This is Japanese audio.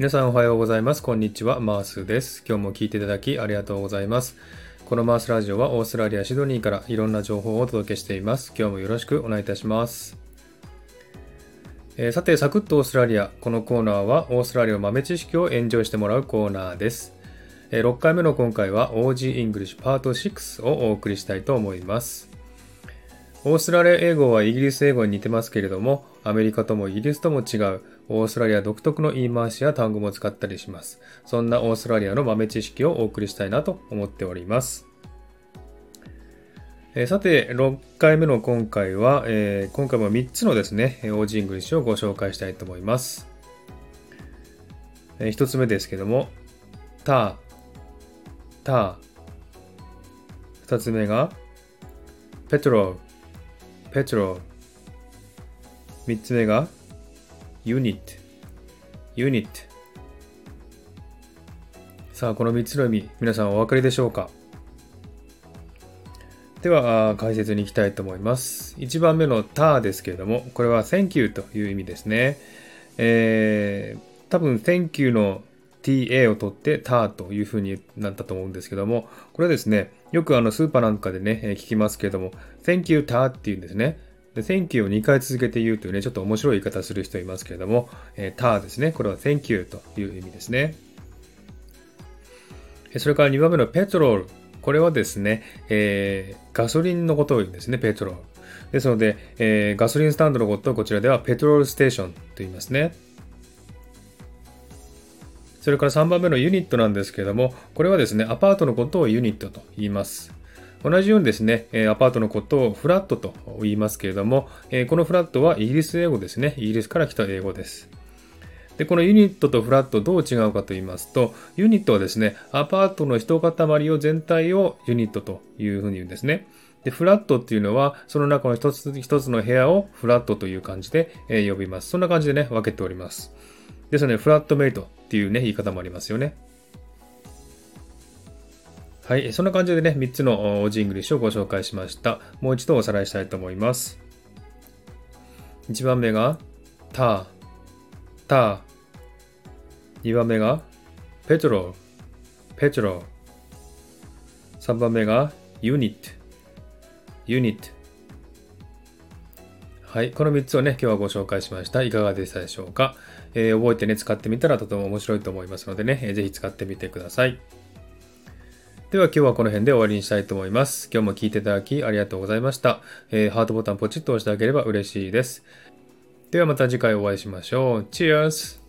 皆さんおはようございます。こんにちは。マースです。今日も聞いていただきありがとうございます。このマースラジオはオーストラリア・シドニーからいろんな情報をお届けしています。今日もよろしくお願いいたします。さて、サクッとオーストラリア。このコーナーはオーストラリアの豆知識をエンジョイしてもらうコーナーです。6回目の今回は OG English Part 6をお送りしたいと思います。オーストラリア英語はイギリス英語に似てますけれども、アメリカともイギリスとも違うオーストラリア独特の言い回しや単語も使ったりします。そんなオーストラリアの豆知識をお送りしたいなと思っております。さて、6回目の今回は、今回も3つのですね、OG イングリッシュをご紹介したいと思います。1つ目ですけども、2つ目が、ペトロー。3つ目が、ユニット。さあ、この3つの意味、皆さんお分かりでしょうか？では、解説に行きたいと思います。1番目のたですけれども、これは Thank you という意味ですね。多分 Thank you の ta を取ってたという風になったと思うんですけども、これはですね、よくスーパーなんかでね、聞きますけれども、Thank you たっていうんですね。で Thank you を2回続けて言うというね、ちょっと面白い言い方する人いますけれども、たですね。これは Thank you という意味ですね。それから2番目のペトロール。これはですね、ガソリンのことを言うんですね、ペトロール。ですので、ガソリンスタンドのことをこちらではペトロールステーションと言いますね。それから3番目のユニットなんですけれども、これはですね、アパートのことをユニットと言います。同じようにですね、アパートのことをフラットと言いますけれども、このフラットはイギリス英語ですね。イギリスから来た英語です。で、このユニットとフラットどう違うかと言いますと、ユニットはですね、アパートの一塊を全体をユニットというふうに言うんですね。で、フラットっていうのは、その中の一つ一つの部屋をフラットという感じで呼びます。そんな感じでね、分けております。ですので、フラットメイトっていうね、言い方もありますよね。はい、そんな感じでね、3つのOGイングリッシュをご紹介しました。もう一度おさらいしたいと思います。1番目が、た。2番目が、ペトロー。3番目が、ユニット。はい、この3つをね、今日はご紹介しました。いかがでしたでしょうか？覚えてね、使ってみたらとても面白いと思いますのでね、ぜひ使ってみてください。では今日はこの辺で終わりにしたいと思います。今日も聞いていただきありがとうございました。ハートボタンポチッと押してあげれば嬉しいです。ではまた次回お会いしましょう。Cheers!